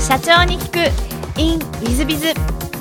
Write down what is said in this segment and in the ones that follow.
社長に聞く in ウィズビズ。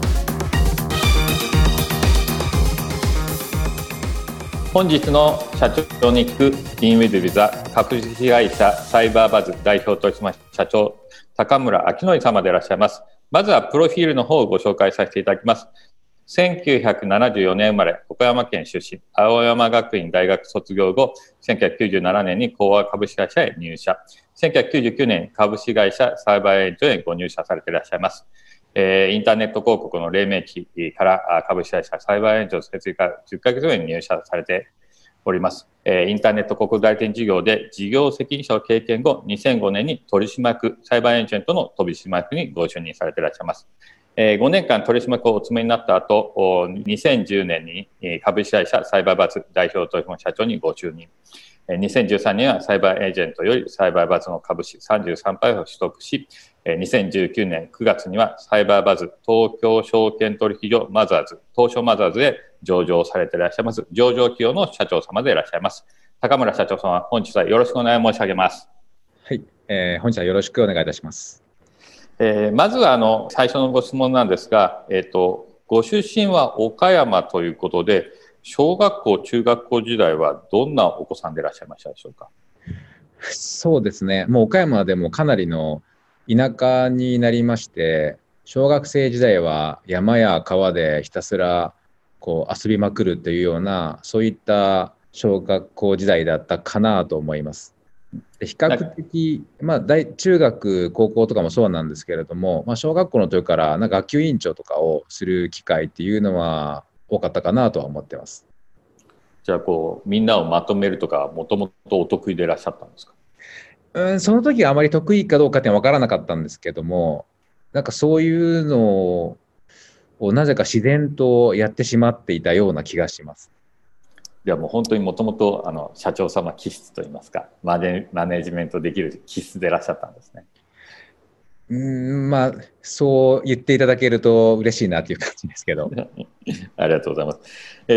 本日の社長に聞く in ウィズビズは株式会社サイバーバズ代表取締社長高村明則様でいらっしゃいます。まずはプロフィールの方をご紹介させていただきます。1974年生まれ、岡山県出身、青山学院大学卒業後、1997年に興和株式会社へ入社、1999年株式会社サイバーエージェントへご入社されていらっしゃいます。インターネット広告の黎明期から株式会社サイバーエージェント設立から10ヶ月後に入社されております。インターネット広告代理店事業で事業責任者を経験後、2005年に取締役サイバーエージェントの取締役にご就任されていらっしゃいます。5年間取締役をお務めになった後、2010年に株式会社サイバーバズ代表取締役社長にご就任。2013年はサイバーエージェントよりサイバーバズの株式 33% を取得し、2019年9月にはサイバーバズ東京証券取引所マザーズ、東証マザーズで上場されていらっしゃいます上場企業の社長様でいらっしゃいます。高村社長様、本日はよろしくお願い申し上げます。 はい、本日はよろしくお願いいたします。 まずは最初のご質問なんですが、ご出身は岡山ということで、小学校、中学校時代はどんなお子さんでいらっしゃいましたでしょうか。 そうですね、もう岡山でもかなりの田舎になりまして、小学生時代は山や川でひたすらこう遊びまくるというような、そういった小学校時代だったかなと思います。で比較的、中学高校とかもそうなんですけれども、小学校の時から学級委員長とかをする機会っていうのは多かったかなとは思ってます。 じゃあみんなをまとめるとかもともとお得意でいらっしゃったんですか。 その時はあまり得意かどうかって分からなかったんですけども、そういうのをなぜか自然とやってしまっていたような気がします。 ではもう本当にもともと社長様気質といいますか、マネジメントできる気質でいらっしゃったんですね。 そう言っていただけると嬉しいなという感じですけどありがとうございます。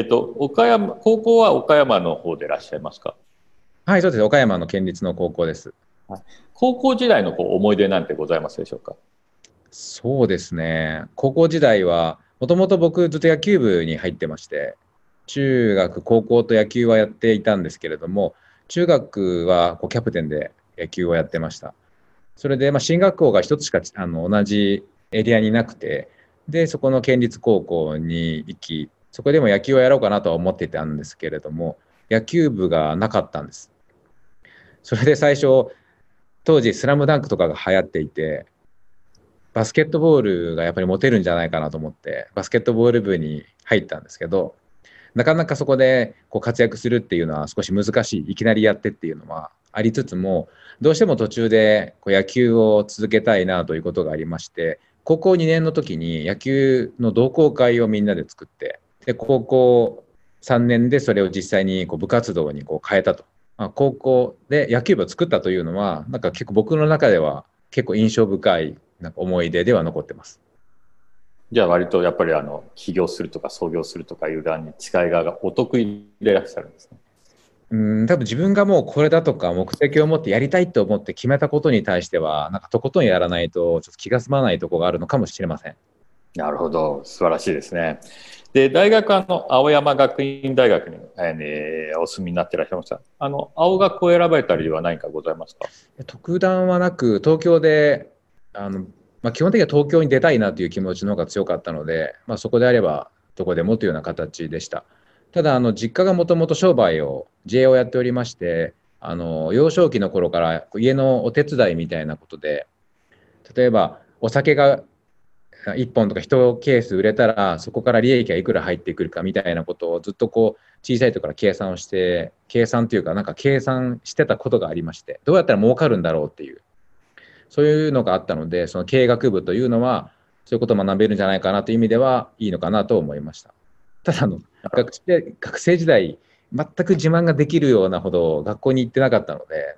高校は岡山の方でいらっしゃいますか。 はい、そうです。岡山の県立の高校です。 高校時代の思い出なんてございますでしょうか。 そうですね、高校時代はもともと僕ずっと野球部に入ってまして、中学高校と野球はやっていたんですけれども、中学はキャプテンで野球をやってました。それで進学校が一つしか同じエリアになくて、でそこの県立高校に行き、そこでも野球をやろうかなとは思っていたんですけれども、野球部がなかったんです。それで最初、当時スラムダンクとかが流行っていて、バスケットボールがやっぱりモテるんじゃないかなと思ってバスケットボール部に入ったんですけど、なかなかそこで活躍するっていうのは少し難しい、いきなりやってっていうのはありつつも、どうしても途中で野球を続けたいなということがありまして、高校2年の時に野球の同好会をみんなで作って、で高校3年でそれを実際に部活動に変えたと、高校で野球部を作ったというのは結構僕の中では結構印象深い思い出では残ってます。 じゃあ割とやっぱり起業するとか創業するとかいう欄に近い側がお得意でいらっしゃるんですね。 多分自分がもうこれだとか目的を持ってやりたいと思って決めたことに対してはとことんやらないとちょっと気が済まないところがあるのかもしれません。 なるほど、素晴らしいですね。で大学青山学院大学に、お住みになっていらっしゃいました。青学を選ばれた理由は何かございますか。 特段はなく、東京で基本的には東京に出たいなという気持ちの方が強かったので、そこであればどこでもというような形でした。ただ実家がもともと商売を自営をやっておりまして、幼少期の頃から家のお手伝いみたいなことで、例えばお酒が1本とか1ケース売れたらそこから利益がいくら入ってくるかみたいなことをずっと小さい時から計算というか計算してたことがありまして、どうやったら儲かるんだろうっていう、そういうのがあったので、その経営学部というのはそういうことを学べるんじゃないかなという意味ではいいのかなと思いました。ただ学生時代全く自慢ができるようなほど学校に行ってなかったので、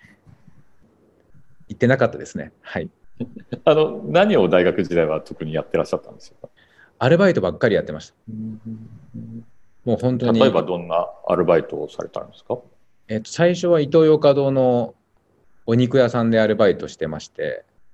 行ってなかったですね。はい。 何を大学時代は特にやってらっしゃったんですか。 アルバイトばっかりやってました。もう本当に。 例えばどんなアルバイトをされたんですか。 最初はイトーヨーカドーのお肉屋さんでアルバイトしてまして、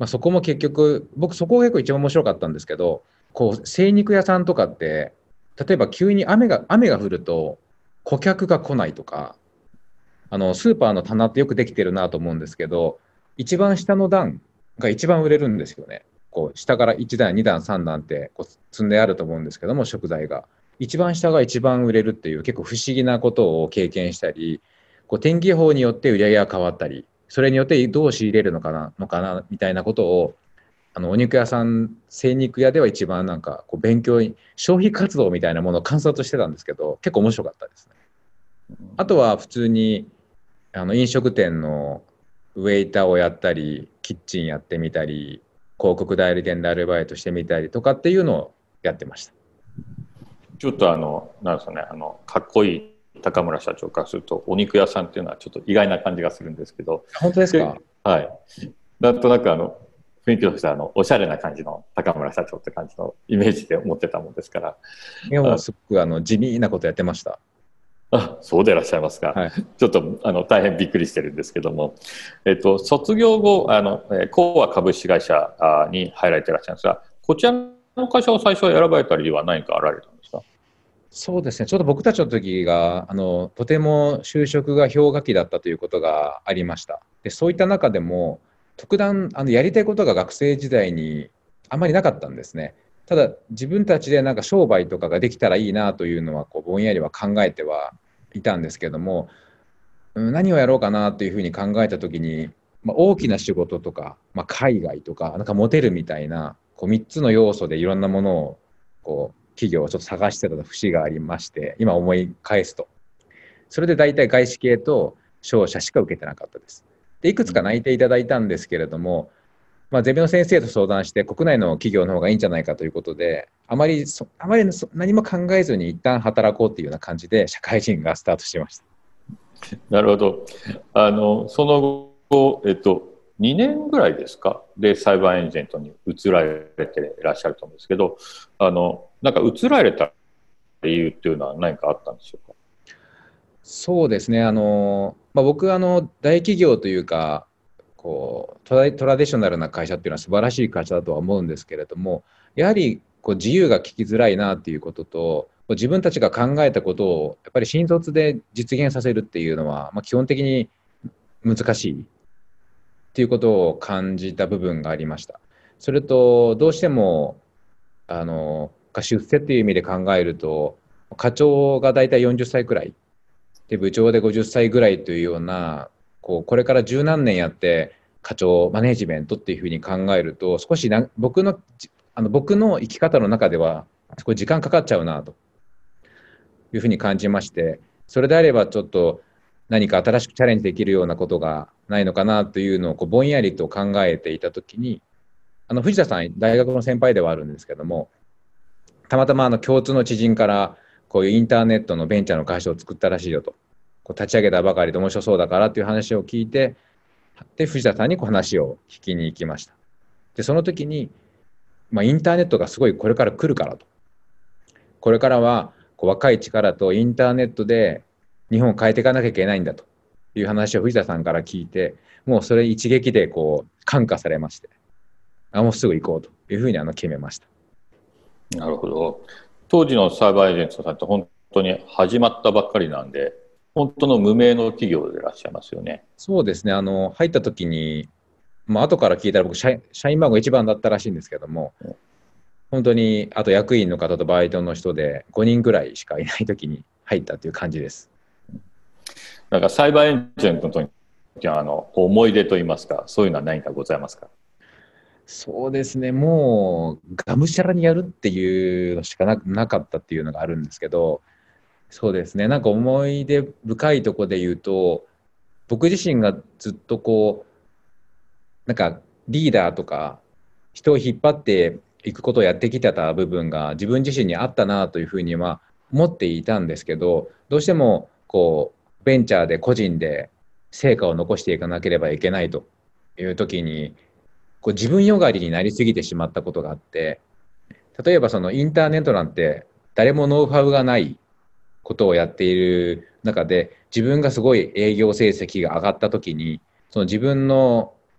そこも結局、僕そこが結構一番面白かったんですけど、こう精肉屋さんとかって、例えば急に雨が降ると顧客が来ないとか、スーパーの棚ってよくできてるなと思うんですけど、一番下の段が一番売れるんですよね。こう下から1段、2段、3段ってこう積んであると思うんですけども、食材が。一番下が一番売れるっていう結構不思議なことを経験したり、こう天気予報によって売り上げが変わったり、それによってどう仕入れるのかなみたいなことを、お肉屋さん、精肉屋では一番なんかこう勉強に、消費活動みたいなものを観察してたんですけど、結構面白かったですね。あとは普通に飲食店のウェイターをやったり、キッチンやってみたり、広告代理店でアルバイトしてみたりとかっていうのをやってました。 ちょっとなんですかね、かっこいい高村社長からすると、お肉屋さんっていうのはちょっと意外な感じがするんですけど。 本当ですか？ はい。なんとなく雰囲気としてはおしゃれな感じの高村社長って感じのイメージで思ってたもんですから。 いや、もうすごく地味なことやってました。 あ、そうでいらっしゃいますか。はい、ちょっと大変びっくりしてるんですけども、卒業後コア株式会社に入られていらっしゃるんですが、こちらの会社を最初選ばれた理由は何かあられたんですか？ そうですね、ちょうど僕たちの時がとても就職が氷河期だったということがありました。でそういった中でも特段やりたいことが学生時代にあまりなかったんですね。ただ自分たちでなんか商売とかができたらいいなというのはこうぼんやりは考えてはいたんですけども、何をやろうかなというふうに考えた時に、大きな仕事とか、海外とかなんかモテるみたいなこう3つの要素でいろんなものをこう企業をちょっと探してた節がありまして、今思い返すとそれで大体外資系と商社しか受けてなかったです。でいくつか内定いただいたんですけれども、ゼミの先生と相談して国内の企業の方がいいんじゃないかということで、あまり何も考えずに一旦働こうというような感じで社会人がスタートしました。 なるほど。その後、2年ぐらいですかでサイバーエージェントに移られていらっしゃると思うんですけど、なんか移られた理由っていうのは何かあったんでしょうか？ そうですね、僕大企業というかこうトラディショナルな会社っていうのは素晴らしい会社だとは思うんですけれども、やはりこう自由が利きづらいなっていうことと、自分たちが考えたことをやっぱり新卒で実現させるっていうのは、基本的に難しいっていうことを感じた部分がありました。それとどうしても出世っていう意味で考えると、課長がだいたい40歳くらいで部長で50歳ぐらいというようなこれから十何年やって課長マネジメントっていうふうに考えると、少し僕の生き方の中では少し時間かかっちゃうなというふうに感じまして、それであればちょっと何か新しくチャレンジできるようなことがないのかなというのをぼんやりと考えていたときに、藤田さん大学の先輩ではあるんですけども、たまたま共通の知人からこういうインターネットのベンチャーの会社を作ったらしいよと、立ち上げたばかりで面白そうだからという話を聞いて、で藤田さんに話を聞きに行きました。でその時に、インターネットがすごいこれから来るからと、これからは若い力とインターネットで日本を変えていかなきゃいけないんだという話を藤田さんから聞いて、もうそれ一撃で感化されまして、もうすぐ行こうというふうに決めました。 なるほど。当時のサイバーエージェントさんって本当に始まったばっかりなんで、本当の無名の企業でいらっしゃいますよね。 そうですね、入った時に、後から聞いたら僕社員番号1番だったらしいんですけども、本当にあと役員の方とバイトの人で5人ぐらいしかいない時に入ったという感じです。 なんかサイバーエージェントの時に思い出といいますか、そういうのは何かございますか？ そうですね、もうがむしゃらにやるっていうのしかなかったっていうのがあるんですけど、そうですね、なんか思い出深いところで言うと、僕自身がずっとなんかリーダーとか人を引っ張っていくことをやってきてた部分が自分自身にあったなというふうには思っていたんですけど、どうしてもベンチャーで個人で成果を残していかなければいけないという時に自分よがりになりすぎてしまったことがあって、例えばそのインターネットなんて誰もノウハウがないことをやっている中で、自分がすごい営業成績が上がった時にその自分の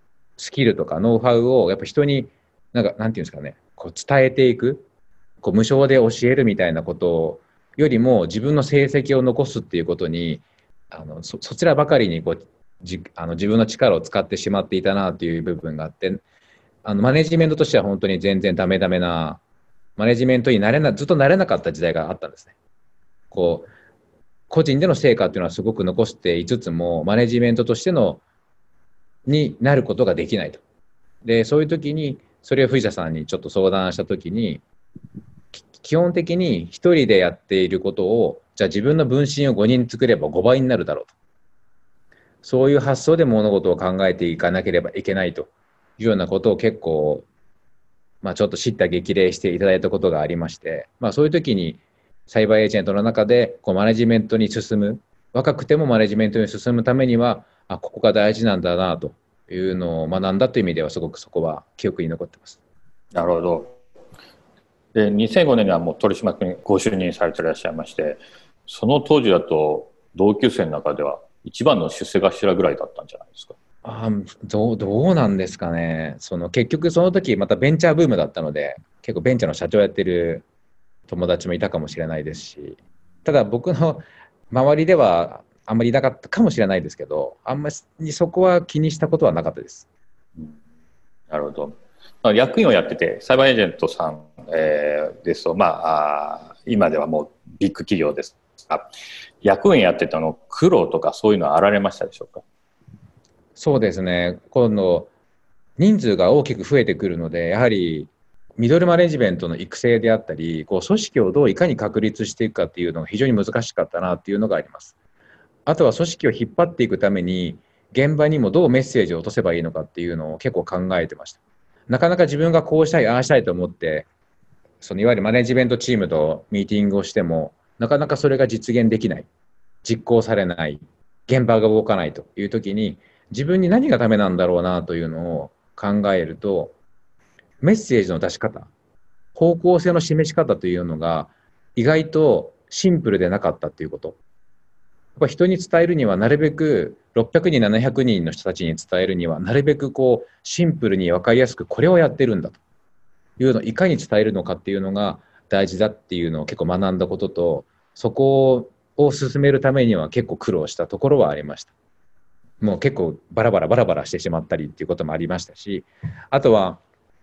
スキルとかノウハウをやっぱ人になんていうんですかね、こう伝えていく、こう無償で教えるみたいなことよりも自分の成績を残すっていうことにそちらばかりにこう自分の力を使ってしまっていたなという部分があって、マネジメントとしては本当に全然ダメなマネジメントにずっとなれなかった時代があったんですね。こう個人での成果っていうのはすごく残していつつもマネジメントとしてになることができないと。でそういう時にそれを藤田さんにちょっと相談した時に、基本的に一人でやっていることをじゃあ自分の分身を5人作れば5倍になるだろうと、そういう発想で物事を考えていかなければいけないというようなことを結構、ちょっと叱咤激励していただいたことがありまして、そういう時にサイバーエージェントの中でこうマネジメントに進む、若くてもマネジメントに進むためにはここが大事なんだなというのを学んだという意味ではすごくそこは記憶に残ってます。 なるほど。で2005年にはもう取締役にご就任されていらっしゃいまして、その当時だと同級生の中では一番の出世頭ぐらいだったんじゃないですか。 どうなんですかね。結局その時またベンチャーブームだったので、結構ベンチャーの社長やってる友達もいたかもしれないですし、ただ僕の周りではあんまりいなかったかもしれないですけど、あんまりそこは気にしたことはなかったです。 なるほど。役員をやっててサイバーエージェントさん、ですと、今ではもうビッグ企業ですが、役員やってたの苦労とかそういうのはあられましたでしょうか。 そうですね、今度人数が大きく増えてくるので、やはりミドルマネジメントの育成であったり、組織をどういかに確立していくかっていうのが非常に難しかったなっていうのがあります。あとは組織を引っ張っていくために現場にもどうメッセージを落とせばいいのかっていうのを結構考えてました。なかなか自分がこうしたいああしたいと思っていわゆるマネジメントチームとミーティングをしてもなかなかそれが実現できない、実行されない、現場が動かないという時に自分に何がダメなんだろうなというのを考えると、メッセージの出し方、方向性の示し方というのが意外とシンプルでなかったということ。やっぱ人に伝えるにはなるべく600人700人の人たちに伝えるにはなるべくシンプルに分かりやすくこれをやってるんだというのをいかに伝えるのかっていうのが大事だっていうのを結構学んだことと、そこを進めるためには結構苦労したところはありました。もう結構バラバラしてしまったりっていうこともありましたし、あとは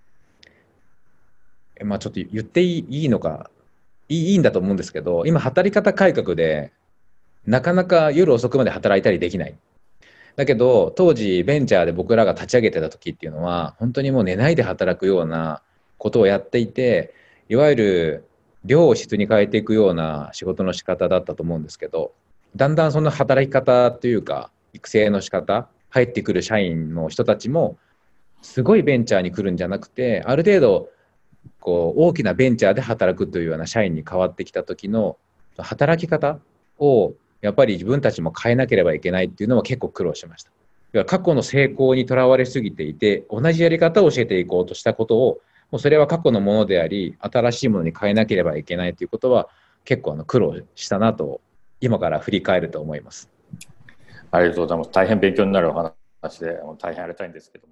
ちょっと言っていいのかいいんだと思うんですけど、今働き方改革でなかなか夜遅くまで働いたりできない。だけど当時ベンチャーで僕らが立ち上げてた時っていうのは本当にもう寝ないで働くようなことをやっていて、いわゆる量を質に変えていくような仕事の仕方だったと思うんですけど、だんだんその働き方というか育成の仕方、入ってくる社員の人たちもすごいベンチャーに来るんじゃなくて、ある程度大きなベンチャーで働くというような社員に変わってきた時の働き方をやっぱり自分たちも変えなければいけないっていうのは結構苦労しました。過去の成功にとらわれすぎていて、同じやり方を教えていこうとしたことを、もうそれは過去のものであり新しいものに変えなければいけないということは結構苦労したなと今から振り返ると思います。 ありがとうございます。大変勉強になるお話で大変ありがたいんですけども、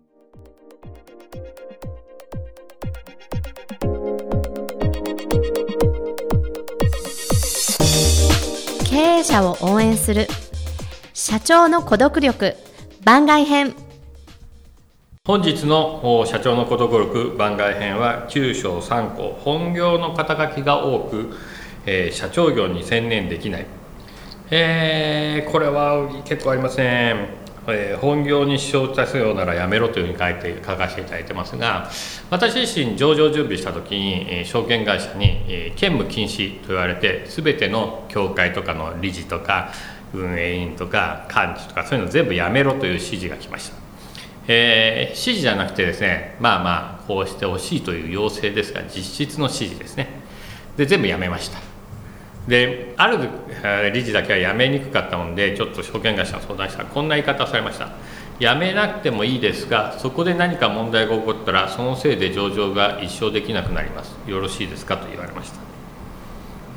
経営者を応援する社長の孤独力番外編。 本日の社長の孤独力番外編は9章3項、本業の肩書きが多く、社長業に専念できない、これは結構ありますね。本業に支障をきたすようならやめろというふうに書かせていただいてますが、私自身上場準備した時に証券会社に兼務禁止と言われて、全ての協会とかの理事とか運営員とか幹事とかそういうの全部やめろという指示が来ました。指示じゃなくてですね、こうしてほしいという要請ですが、実質の指示ですね。で全部やめました。である理事だけは辞めにくかったので、ちょっと証券会社に相談したらこんな言い方をされました。辞めなくてもいいですが、そこで何か問題が起こったらそのせいで上場が一生できなくなります。よろしいですかと言われました。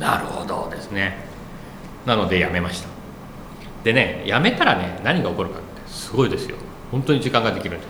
なるほどですね。なので辞めました。でね、辞めたらね、何が起こるかってすごいですよ。本当に時間ができるんです。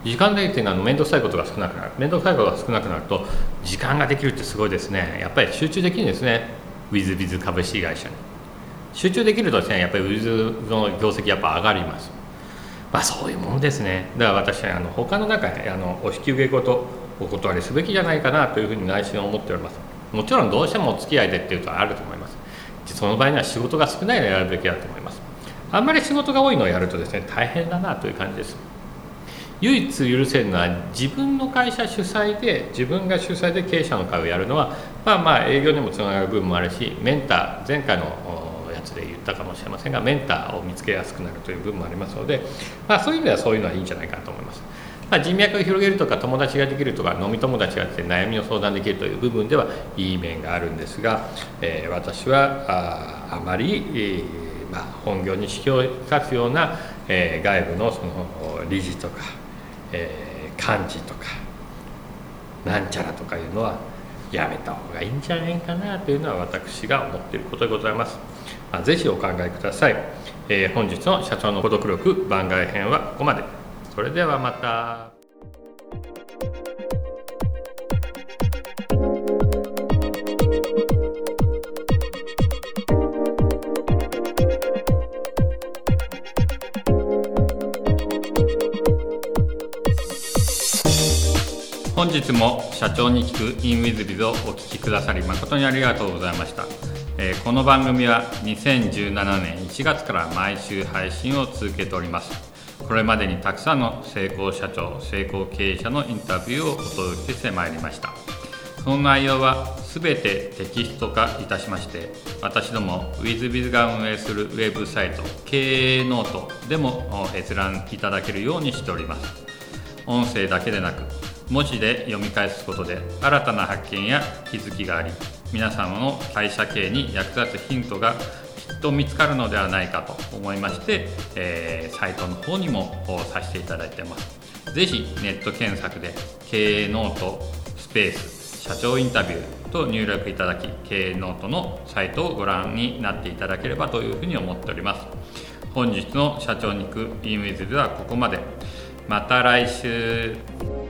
時間で面倒くさいことが少なくなる。面倒くさいことが少なくなると時間ができるってすごいですね。やっぱり集中できるんですね。ウィズビズ株式会社に集中できるとですね、やっぱりウィズの業績やっぱ上がります。そういうもんですね。だから私は他の中でお引き受けごとお断りすべきじゃないかなというふうに内心思っております。もちろんどうしてもお付き合いでっていうとあると思います。その場合には仕事が少ないのをやるべきだと思います。あんまり仕事が多いのをやるとですね、大変だなという感じです。唯一許せるのは自分の会社主催で、自分が主催で経営者の会をやるのは営業にもつながる部分もあるし、メンター、前回のやつで言ったかもしれませんが、メンターを見つけやすくなるという部分もありますので、そういう意味ではそういうのはいいんじゃないかと思います。人脈を広げるとか友達ができるとか飲み友達が来て悩みを相談できるという部分ではいい面があるんですが、私はあまり、本業に引きを活かすような、外部のその理事とか、幹事とかなんちゃらとかいうのはやめた方がいいんじゃないかなというのは私が思っていることでございます。ぜひお考えください。本日の社長の孤独力番外編はここまで。それではまた。本日も社長に聞く InWithBiz をお聞きくださり誠にありがとうございました。この番組は2017年1月から毎週配信を続けております。これまでにたくさんの成功社長、成功経営者のインタビューをお届けしてまいりました。その内容はすべてテキスト化いたしまして、私ども WithBiz が運営するウェブサイト経営ノートでも閲覧いただけるようにしております。音声だけでなく文字で読み返すことで新たな発見や気づきがあり、皆様の会社経営に役立つヒントがきっと見つかるのではないかと思いまして、サイトの方にもさせていただいています。ぜひネット検索で経営ノートスペース社長インタビューと入力いただき、経営ノートのサイトをご覧になっていただければというふうに思っております。本日の社長に行く InWithBiz はここまで。また来週。